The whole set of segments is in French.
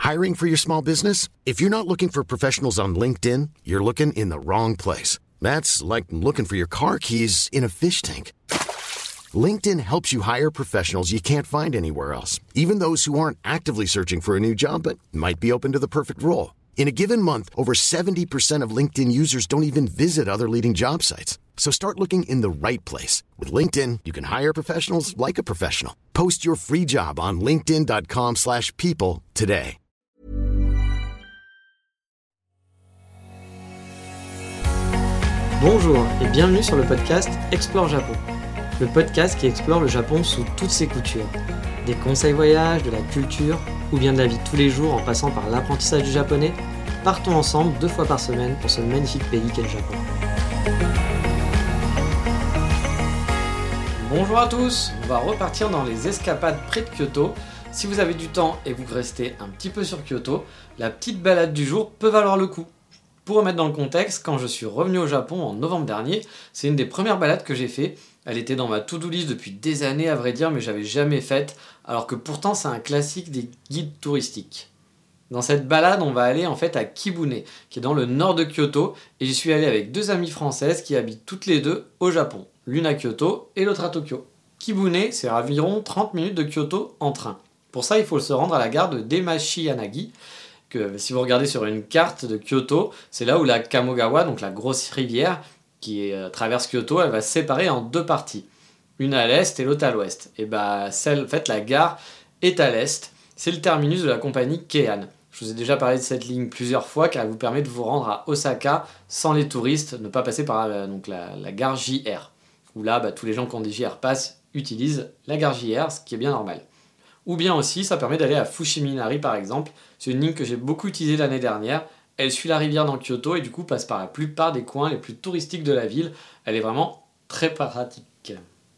Hiring for your small business? If you're not looking for professionals on LinkedIn, you're looking in the wrong place. That's like looking for your car keys in a fish tank. LinkedIn helps you hire professionals you can't find anywhere else, even those who aren't actively searching for a new job but might be open to the perfect role. In a given month, over 70% of LinkedIn users don't even visit other leading job sites. So start looking in the right place. With LinkedIn, you can hire professionals like a professional. Post your free job on linkedin.com/people today. Bonjour et bienvenue sur le podcast Explore Japon. Le podcast qui explore le Japon sous toutes ses coutures. Des conseils voyages, de la culture ou bien de la vie de tous les jours en passant par l'apprentissage du japonais, partons ensemble 2 fois par semaine pour ce magnifique pays qu'est le Japon. Bonjour à tous, on va repartir dans les escapades près de Kyoto. Si vous avez du temps et que vous restez un petit peu sur Kyoto, la petite balade du jour peut valoir le coup. Pour remettre dans le contexte, quand je suis revenu au Japon en novembre dernier, c'est une des premières balades que j'ai fait. Elle était dans ma to-do list depuis des années à vrai dire, mais j'avais jamais faite, alors que pourtant c'est un classique des guides touristiques. Dans cette balade, on va aller en fait à Kibune, qui est dans le nord de Kyoto, et j'y suis allé avec 2 amies françaises qui habitent toutes les deux au Japon, l'une à Kyoto et l'autre à Tokyo. Kibune, c'est à environ 30 minutes de Kyoto en train. Pour ça, il faut se rendre à la gare de Demashi-Yanagi, que si vous regardez sur une carte de Kyoto, c'est là où la Kamogawa, donc la grosse rivière qui traverse Kyoto, elle va se séparer en 2 parties. Une à l'est et l'autre à l'ouest. Et la gare est à l'est. C'est le terminus de la compagnie Keihan. Je vous ai déjà parlé de cette ligne plusieurs fois car elle vous permet de vous rendre à Osaka sans les touristes, ne pas passer par la gare JR. Où là, tous les gens qui ont des JR Pass utilisent la gare JR, ce qui est bien normal. Ou bien aussi, ça permet d'aller à Fushiminari par exemple. C'est une ligne que j'ai beaucoup utilisée l'année dernière. Elle suit la rivière dans Kyoto et du coup passe par la plupart des coins les plus touristiques de la ville. Elle est vraiment très pratique.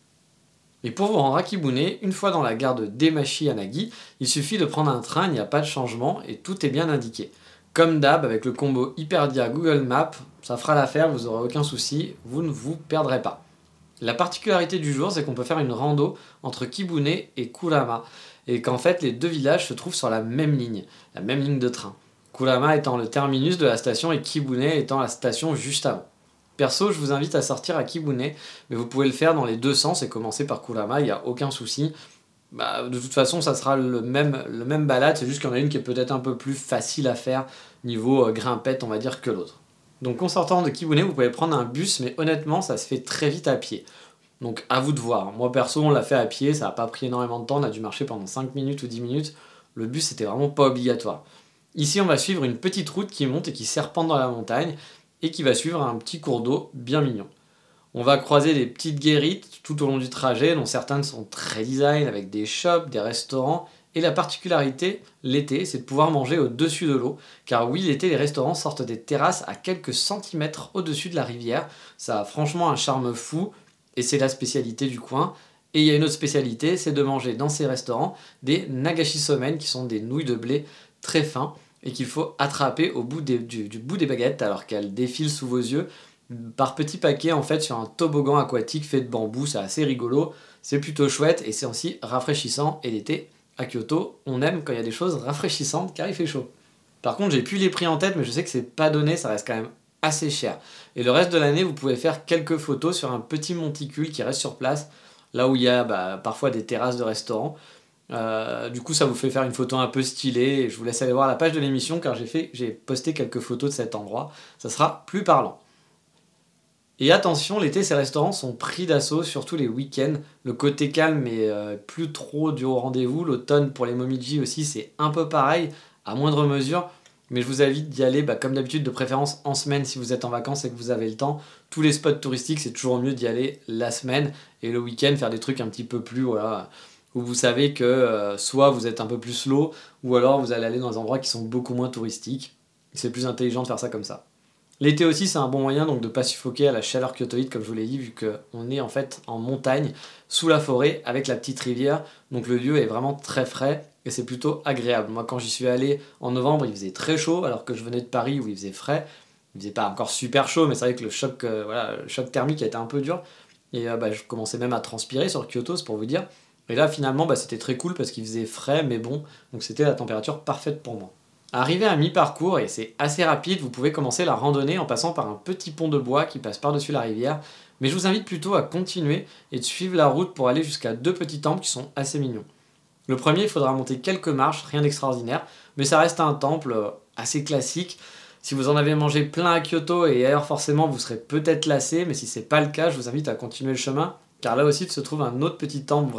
Et pour vous rendre à Kibune, une fois dans la gare de Demashi-Yanagi, il suffit de prendre un train, il n'y a pas de changement et tout est bien indiqué. Comme d'hab, avec le combo Hyperdia Google Maps, ça fera l'affaire, vous n'aurez aucun souci, vous ne vous perdrez pas. La particularité du jour, c'est qu'on peut faire une rando entre Kibune et Kurama, et qu'en fait les 2 villages se trouvent sur la même ligne de train. Kurama étant le terminus de la station et Kibune étant la station juste avant. Perso, je vous invite à sortir à Kibune, mais vous pouvez le faire dans les 2 sens et commencer par Kurama, il n'y a aucun souci. De toute façon, ça sera le même balade, c'est juste qu'il y en a une qui est peut-être un peu plus facile à faire niveau grimpette, on va dire, que l'autre. Donc en sortant de Kibune, vous pouvez prendre un bus, mais honnêtement, ça se fait très vite à pied. Donc à vous de voir. Moi perso, on l'a fait à pied, ça n'a pas pris énormément de temps, on a dû marcher pendant 5 minutes ou 10 minutes. Le bus, c'était vraiment pas obligatoire. Ici, on va suivre une petite route qui monte et qui serpente dans la montagne et qui va suivre un petit cours d'eau bien mignon. On va croiser des petites guérites tout au long du trajet, dont certaines sont très design, avec des shops, des restaurants. Et la particularité, l'été, c'est de pouvoir manger au-dessus de l'eau. Car oui, l'été, les restaurants sortent des terrasses à quelques centimètres au-dessus de la rivière. Ça a franchement un charme fou, et c'est la spécialité du coin. Et il y a une autre spécialité, c'est de manger dans ces restaurants des nagashi somen, qui sont des nouilles de blé très fins, et qu'il faut attraper au bout du bout des baguettes, alors qu'elles défilent sous vos yeux, par petits paquets en fait sur un toboggan aquatique fait de bambou. C'est assez rigolo, c'est plutôt chouette, et c'est aussi rafraîchissant, et l'été, à Kyoto, on aime quand il y a des choses rafraîchissantes car il fait chaud. Par contre, j'ai plus les prix en tête, mais je sais que c'est pas donné, ça reste quand même assez cher. Et le reste de l'année, vous pouvez faire quelques photos sur un petit monticule qui reste sur place, là où il y a parfois des terrasses de restaurants. Du coup, ça vous fait faire une photo un peu stylée, et je vous laisse aller voir la page de l'émission car j'ai posté quelques photos de cet endroit, ça sera plus parlant. Et attention, l'été, ces restaurants sont pris d'assaut, surtout les week-ends. Le côté calme est plus trop du au rendez-vous. L'automne, pour les momiji aussi, c'est un peu pareil, à moindre mesure. Mais je vous invite d'y aller, comme d'habitude, de préférence en semaine si vous êtes en vacances et que vous avez le temps. Tous les spots touristiques, c'est toujours mieux d'y aller la semaine. Et le week-end, faire des trucs un petit peu plus, où vous savez que soit vous êtes un peu plus slow, ou alors vous allez aller dans des endroits qui sont beaucoup moins touristiques. C'est plus intelligent de faire ça comme ça. L'été aussi, c'est un bon moyen donc de ne pas suffoquer à la chaleur kyotoïde, comme je vous l'ai dit, vu qu'on est en fait en montagne, sous la forêt, avec la petite rivière. Donc le lieu est vraiment très frais et c'est plutôt agréable. Moi, quand j'y suis allé en novembre, il faisait très chaud, alors que je venais de Paris où il faisait frais. Il faisait pas encore super chaud, mais c'est vrai que le choc thermique a été un peu dur. Et je commençais même à transpirer sur Kyoto, c'est pour vous dire. Et là finalement c'était très cool parce qu'il faisait frais mais bon, donc c'était la température parfaite pour moi. Arrivé à mi-parcours, et c'est assez rapide, vous pouvez commencer la randonnée en passant par un petit pont de bois qui passe par-dessus la rivière, mais je vous invite plutôt à continuer et de suivre la route pour aller jusqu'à 2 petits temples qui sont assez mignons. Le premier, il faudra monter quelques marches, rien d'extraordinaire, mais ça reste un temple assez classique. Si vous en avez mangé plein à Kyoto et ailleurs forcément vous serez peut-être lassé, mais si c'est pas le cas, je vous invite à continuer le chemin, car là aussi se trouve un autre petit temple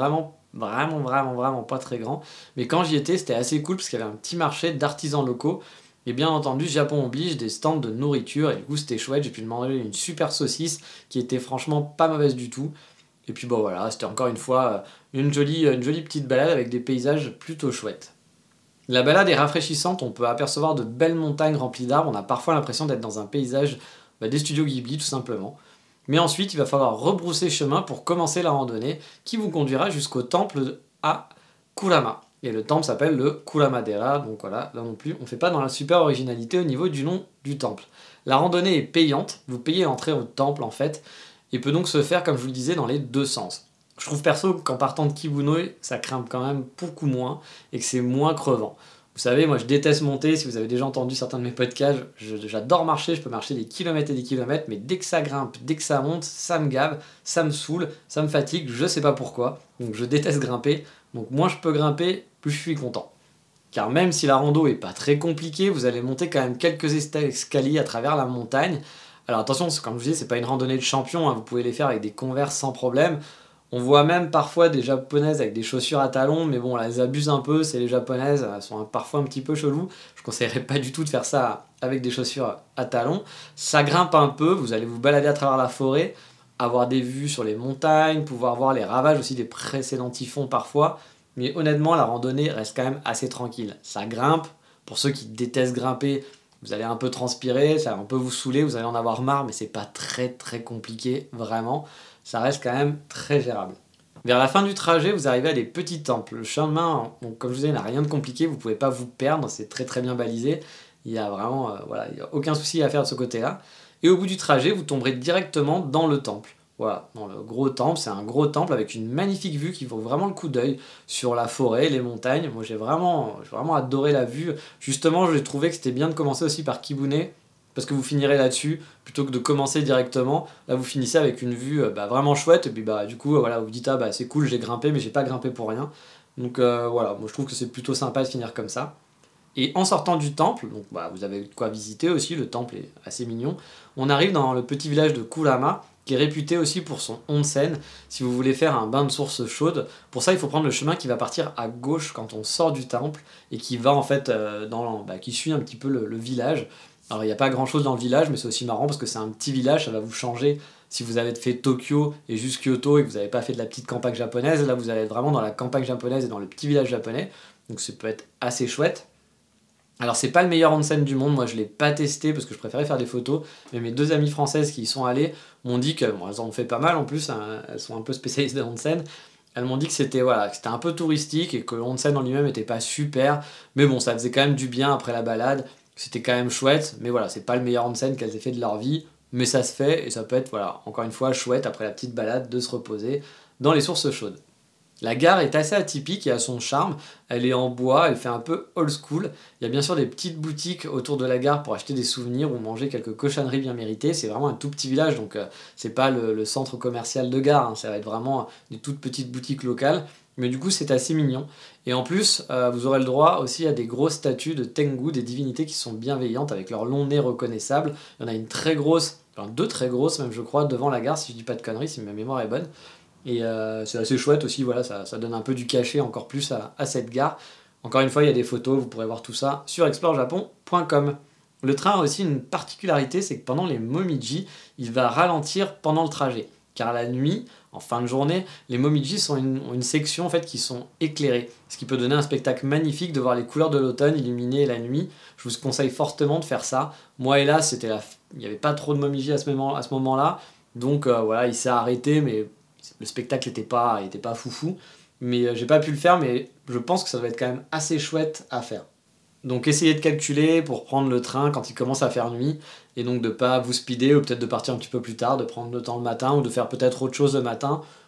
vraiment pas très grand. Mais quand j'y étais, c'était assez cool parce qu'il y avait un petit marché d'artisans locaux. Et bien entendu, Japon oblige, des stands de nourriture. Et du coup, c'était chouette. J'ai pu demander une super saucisse qui était franchement pas mauvaise du tout. Et puis bon voilà, c'était encore une fois une jolie petite balade avec des paysages plutôt chouettes. La balade est rafraîchissante, on peut apercevoir de belles montagnes remplies d'arbres, on a parfois l'impression d'être dans un paysage des studios Ghibli tout simplement. Mais ensuite, il va falloir rebrousser chemin pour commencer la randonnée qui vous conduira jusqu'au temple à Kurama. Et le temple s'appelle le Kurama-dera, donc voilà, là non plus, on ne fait pas dans la super originalité au niveau du nom du temple. La randonnée est payante, vous payez l'entrée au temple en fait, et peut donc se faire, comme je vous le disais, dans les deux sens. Je trouve perso qu'en partant de Kibunoi, ça grimpe quand même beaucoup moins, et que c'est moins crevant. Vous savez, moi je déteste monter, si vous avez déjà entendu certains de mes podcasts, j'adore marcher, je peux marcher des kilomètres et des kilomètres, mais dès que ça grimpe, dès que ça monte, ça me gave, ça me saoule, ça me fatigue, je sais pas pourquoi, donc je déteste grimper, donc moins je peux grimper, plus je suis content. Car même si la rando est pas très compliquée, vous allez monter quand même quelques escaliers à travers la montagne. Alors attention, comme je vous dis, c'est pas une randonnée de champion, hein, vous pouvez les faire avec des Converse sans problème. On voit même parfois des japonaises avec des chaussures à talons, mais bon, elles abusent un peu, c'est les japonaises, elles sont parfois un petit peu cheloues. Je ne conseillerais pas du tout de faire ça avec des chaussures à talons. Ça grimpe un peu, vous allez vous balader à travers la forêt, avoir des vues sur les montagnes, pouvoir voir les ravages aussi des précédents typhons parfois. Mais honnêtement, la randonnée reste quand même assez tranquille. Ça grimpe, pour ceux qui détestent grimper, vous allez un peu transpirer, ça va un peu vous saouler, vous allez en avoir marre, mais c'est pas très compliqué, vraiment. Ça reste quand même très gérable. Vers la fin du trajet, vous arrivez à des petits temples. Le chemin, donc, comme je vous disais, n'a rien de compliqué, vous ne pouvez pas vous perdre, c'est très bien balisé. Il y a vraiment il y a aucun souci à faire de ce côté-là. Et au bout du trajet, vous tomberez directement dans le temple. Voilà, dans le gros temple, c'est un gros temple avec une magnifique vue qui vaut vraiment le coup d'œil sur la forêt, les montagnes. Moi j'ai vraiment adoré la vue. Justement, j'ai trouvé que c'était bien de commencer aussi par Kibune, parce que vous finirez là-dessus, plutôt que de commencer directement. Là vous finissez avec une vue vraiment chouette, et puis du coup voilà, vous vous dites c'est cool, j'ai grimpé, mais j'ai pas grimpé pour rien. Donc voilà, moi je trouve que c'est plutôt sympa de finir comme ça. Et en sortant du temple, donc vous avez de quoi visiter aussi, le temple est assez mignon, on arrive dans le petit village de Kurama, qui est réputé aussi pour son onsen, si vous voulez faire un bain de source chaude. Pour ça, il faut prendre le chemin qui va partir à gauche quand on sort du temple, et qui va en fait qui suit un petit peu le village. Alors il n'y a pas grand chose dans le village, mais c'est aussi marrant parce que c'est un petit village, ça va vous changer si vous avez fait Tokyo et juste Kyoto et que vous n'avez pas fait de la petite campagne japonaise. Là vous allez être vraiment dans la campagne japonaise et dans le petit village japonais, donc ça peut être assez chouette. Alors c'est pas le meilleur onsen du monde, moi je l'ai pas testé parce que je préférais faire des photos, mais mes deux amies françaises qui y sont allées m'ont dit que, elles en ont fait pas mal en plus, hein, elles sont un peu spécialistes de onsen, elles m'ont dit que c'était un peu touristique et que le onsen en lui-même était pas super, mais bon ça faisait quand même du bien après la balade, c'était quand même chouette, mais voilà, c'est pas le meilleur onsen qu'elles aient fait de leur vie, mais ça se fait et ça peut être encore une fois chouette après la petite balade de se reposer dans les sources chaudes. La gare est assez atypique et a son charme, elle est en bois, elle fait un peu old school. Il y a bien sûr des petites boutiques autour de la gare pour acheter des souvenirs ou manger quelques cochonneries bien méritées. C'est vraiment un tout petit village, donc c'est pas le centre commercial de gare, hein. Ça va être vraiment des toutes petites boutiques locales. Mais du coup c'est assez mignon. Et en plus, vous aurez le droit aussi à des grosses statues de Tengu, des divinités qui sont bienveillantes avec leur long nez reconnaissable. Il y en a une très grosse, deux très grosses même je crois, devant la gare si je dis pas de conneries, si ma mémoire est bonne. Et c'est assez chouette aussi, ça donne un peu du cachet encore plus à cette gare. Encore une fois, il y a des photos, vous pourrez voir tout ça sur explorejapon.com. Le train a aussi une particularité, c'est que pendant les momiji, il va ralentir pendant le trajet. Car la nuit, en fin de journée, les momiji ont une section en fait, qui sont éclairées. Ce qui peut donner un spectacle magnifique de voir les couleurs de l'automne illuminées la nuit. Je vous conseille fortement de faire ça. Moi, hélas, il n'y avait pas trop de momiji à ce moment-là. Donc il s'est arrêté, mais le spectacle n'était pas foufou, mais j'ai pas pu le faire, mais je pense que ça doit être quand même assez chouette à faire. Donc essayez de calculer pour prendre le train quand il commence à faire nuit, et donc de pas vous speeder, ou peut-être de partir un petit peu plus tard, de prendre le temps le matin, ou de faire peut-être autre chose le matin.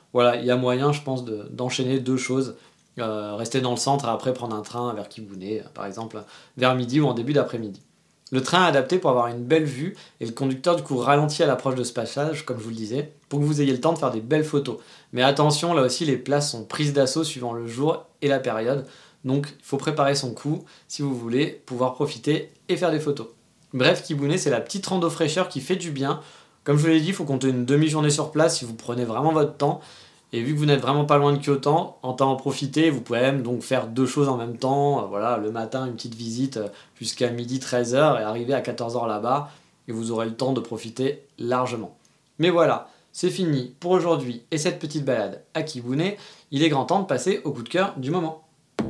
Voilà, il y a moyen, je pense, d'enchaîner 2 choses. Rester dans le centre et après prendre un train vers Kibouné, par exemple, vers midi ou en début d'après-midi. Le train est adapté pour avoir une belle vue et le conducteur du coup ralentit à l'approche de ce passage, comme je vous le disais, pour que vous ayez le temps de faire des belles photos. Mais attention, là aussi les places sont prises d'assaut suivant le jour et la période, donc il faut préparer son coup si vous voulez pouvoir profiter et faire des photos. Bref, Kibouné c'est la petite rando fraîcheur qui fait du bien. Comme je vous l'ai dit, il faut compter une demi-journée sur place si vous prenez vraiment votre temps. Et vu que vous n'êtes vraiment pas loin de Kyoto, en temps en profiter, vous pouvez même donc faire 2 choses en même temps. Voilà, le matin, une petite visite jusqu'à midi 13h et arriver à 14h là-bas. Et vous aurez le temps de profiter largement. Mais voilà, c'est fini pour aujourd'hui et cette petite balade à Kibouné. Il est grand temps de passer au coup de cœur du moment.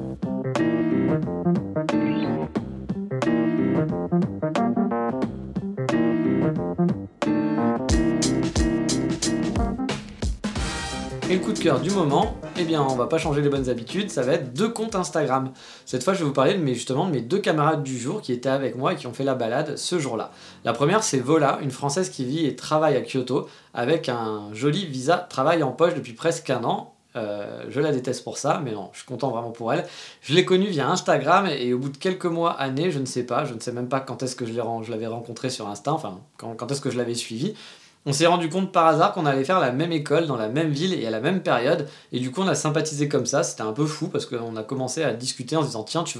Et le coup de cœur du moment, eh bien on va pas changer les bonnes habitudes, ça va être 2 comptes Instagram. Cette fois je vais vous parler de mes 2 camarades du jour qui étaient avec moi et qui ont fait la balade ce jour-là. La première c'est Vola, une Française qui vit et travaille à Kyoto avec un joli visa travail en poche depuis presque 1 an. Je la déteste pour ça, mais non, je suis content vraiment pour elle. Je l'ai connue via Instagram et au bout de quelques mois, années, je ne sais même pas quand est-ce que je l'avais rencontrée sur Insta, enfin quand est-ce que je l'avais suivie. On s'est rendu compte par hasard qu'on allait faire la même école dans la même ville et à la même période, et du coup on a sympathisé comme ça. C'était un peu fou parce qu'on a commencé à discuter en se disant tiens tu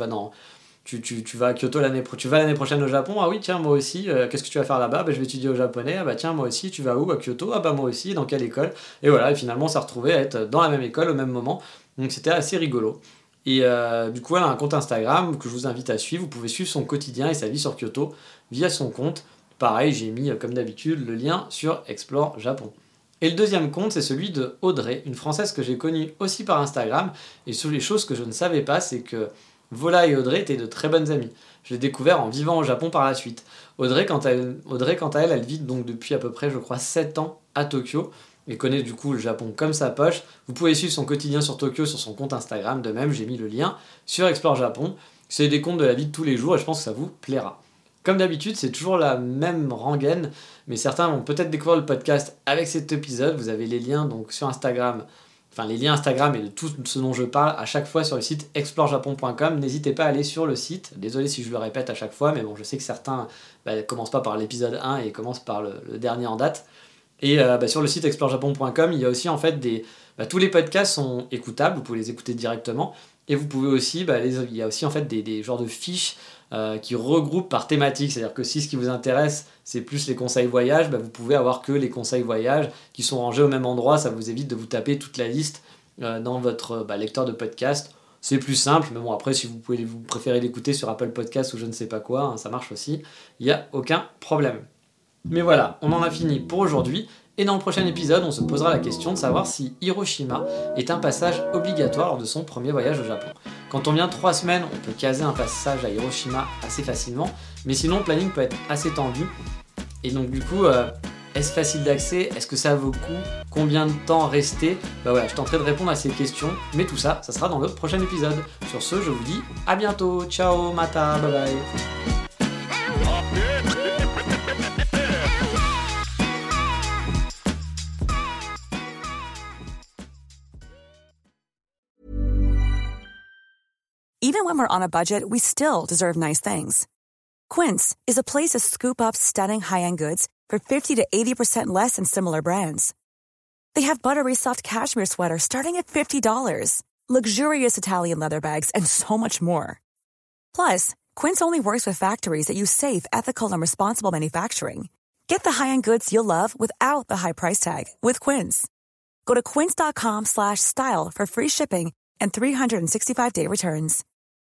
vas à Kyoto tu vas l'année prochaine au Japon, ah oui tiens moi aussi, qu'est-ce que tu vas faire là-bas, je vais étudier au japonais, ah bah tiens moi aussi, tu vas où, à Kyoto, ah bah moi aussi, dans quelle école, et voilà, et finalement on s'est retrouvés à être dans la même école au même moment, donc c'était assez rigolo. Et du coup elle a un compte Instagram que je vous invite à suivre, vous pouvez suivre son quotidien et sa vie sur Kyoto via son compte. Pareil, j'ai mis comme d'habitude le lien sur Explore Japon. Et le deuxième compte, c'est celui de Audrey, une Française que j'ai connue aussi par Instagram. Et sur les choses que je ne savais pas, c'est que Vola et Audrey étaient de très bonnes amies. Je l'ai découvert en vivant au Japon par la suite. Audrey, quant à elle, elle vit donc depuis à peu près, je crois, 7 ans à Tokyo. Et connaît du coup le Japon comme sa poche. Vous pouvez suivre son quotidien sur Tokyo sur son compte Instagram. De même, j'ai mis le lien sur Explore Japon. C'est des comptes de la vie de tous les jours et je pense que ça vous plaira. Comme d'habitude, c'est toujours la même rengaine, mais certains vont peut-être découvrir le podcast avec cet épisode. Vous avez les liens donc sur Instagram, enfin les liens Instagram et de tout ce dont je parle à chaque fois sur le site explorejapon.com. N'hésitez pas à aller sur le site. Désolé si je le répète à chaque fois, mais bon, je sais que certains commencent pas par l'épisode 1 et commencent par le dernier en date. Et sur le site explorejapon.com, il y a aussi en fait tous les podcasts sont écoutables, vous pouvez les écouter directement. Et vous pouvez aussi, il y a aussi en fait des genres de fiches qui regroupent par thématique. C'est-à-dire que si ce qui vous intéresse, c'est plus les conseils voyage, vous pouvez avoir que les conseils voyage qui sont rangés au même endroit. Ça vous évite de vous taper toute la liste dans votre lecteur de podcast. C'est plus simple, mais bon, après, si vous préférez l'écouter sur Apple Podcast ou je ne sais pas quoi, ça marche aussi. Il n'y a aucun problème. Mais voilà, on en a fini pour aujourd'hui. Et dans le prochain épisode, on se posera la question de savoir si Hiroshima est un passage obligatoire lors de son premier voyage au Japon. Quand on vient 3 semaines, on peut caser un passage à Hiroshima assez facilement, mais sinon le planning peut être assez tendu. Et donc du coup, est-ce facile d'accès? Est-ce que ça vaut le coup? Combien de temps rester? Je tenterai de répondre à ces questions, mais tout ça, ça sera dans le prochain épisode. Sur ce, je vous dis à bientôt, ciao, mata, bye bye. Even when we're on a budget, we still deserve nice things. Quince is a place to scoop up stunning high-end goods for 50 to 80% less than similar brands. They have buttery soft cashmere sweaters starting at $50, luxurious Italian leather bags, and so much more. Plus, Quince only works with factories that use safe, ethical, and responsible manufacturing. Get the high-end goods you'll love without the high price tag with Quince. Go to quince.com/style for free shipping and 365-day returns.